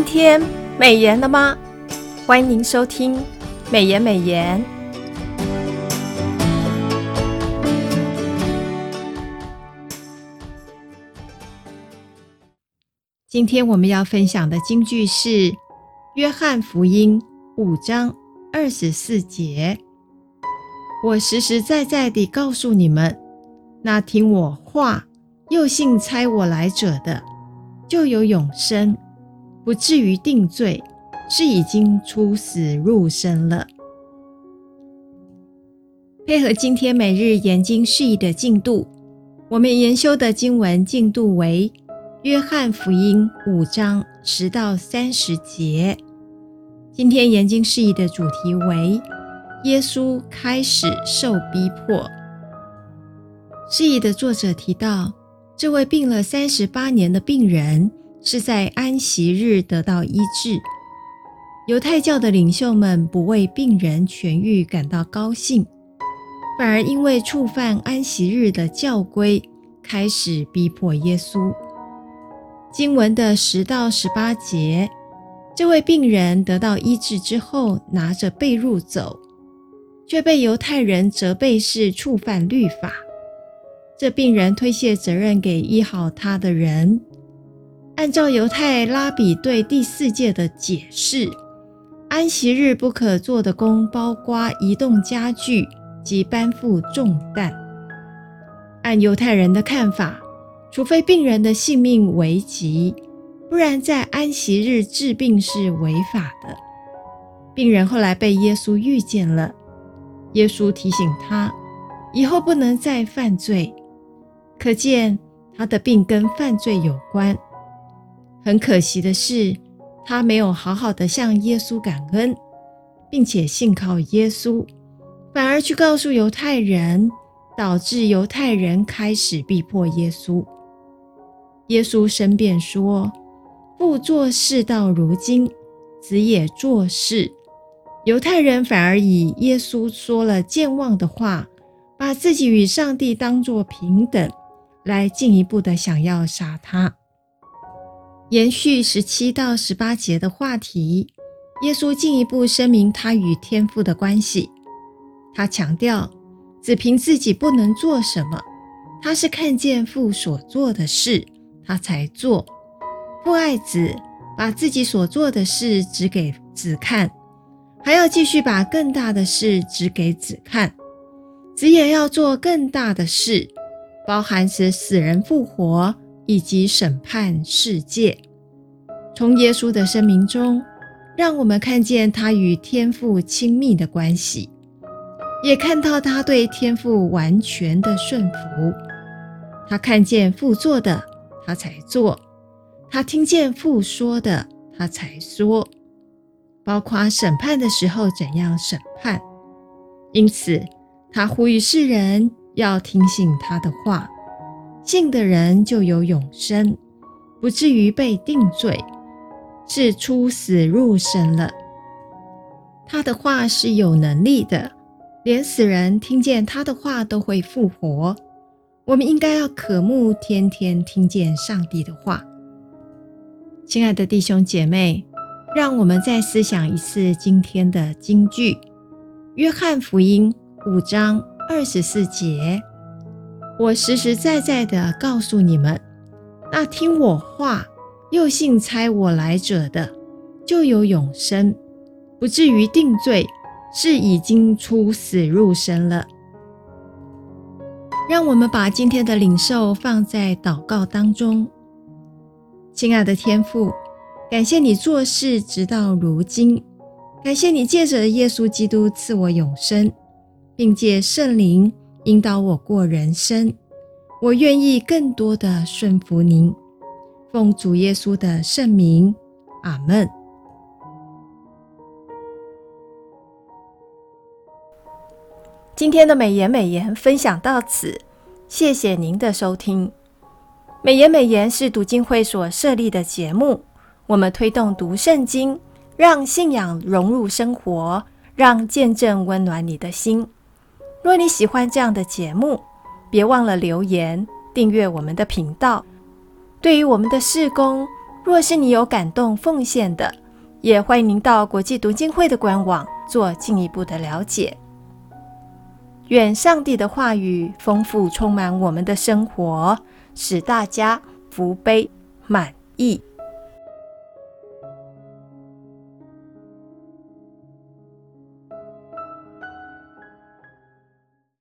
今天美言了吗？欢迎您收听美言美言。今天我们要分享的金句是约翰福音5章24节。我实实在在地告诉你们，那听我话又信差我来者的，就有永生，不至于定罪，是已经出死入生了。配合今天每日研经释义的进度，我们研修的经文进度为约翰福音5章10到30节。今天研经释义的主题为耶稣开始受逼迫。释义的作者提到，这位病了38年的病人是在安息日得到医治。犹太教的领袖们不为病人痊愈感到高兴，反而因为触犯安息日的教规，开始逼迫耶稣。经文的10到18节，这位病人得到医治之后，拿着被褥走，却被犹太人责备是触犯律法。这病人推卸责任给医好他的人。按照犹太拉比对第4诫的解释，安息日不可做的工包括移动家具及搬负重担。按犹太人的看法，除非病人的性命危急，不然在安息日治病是违法的。病人后来被耶稣遇见了，耶稣提醒他以后不能再犯罪，可见他的病跟犯罪有关。很可惜的是，他没有好好的向耶稣感恩，并且信靠耶稣，反而去告诉犹太人，导致犹太人开始逼迫耶稣。耶稣申辩说，父做事到如今，子也做事。犹太人反而以耶稣说了健忘的话，把自己与上帝当作平等，来进一步的想要杀他。延续17到18节的话题，耶稣进一步声明他与天父的关系。他强调，只凭自己不能做什么，他是看见父所做的事，他才做。父爱子，把自己所做的事指给子看，还要继续把更大的事指给子看。子也要做更大的事，包含使死人复活以及审判世界。从耶稣的声明中，让我们看见他与天父亲密的关系，也看到他对天父完全的顺服。他看见父做的，他才做；他听见父说的，他才说，包括审判的时候怎样审判。因此，他呼吁世人要听信他的话，信的人就有永生，不至于被定罪，是出死入生了。他的话是有能力的，连死人听见他的话都会复活。我们应该要渴慕天天听见上帝的话。亲爱的弟兄姐妹，让我们再思想一次今天的金句。约翰福音5章24节，我实实在在地告诉你们，那听我话又信差我来者的，就有永生，不至于定罪，是已经出死入生了。让我们把今天的领受放在祷告当中。亲爱的天父，感谢你做事直到如今，感谢你借着耶稣基督赐我永生，并借圣灵引导我过人生。我愿意更多的顺服您，奉主耶稣的圣名，阿们。今天的美言美言分享到此，谢谢您的收听。美言美言是读经会所设立的节目，我们推动读圣经，让信仰融入生活，让见证温暖你的心。若你喜欢这样的节目，别忘了留言订阅我们的频道。对于我们的事工， 若是你有感动奉献的，也欢迎您到国际读经会的官网做进一步的了解。愿上帝的话语丰富充满我们的生活，使大家福杯满溢。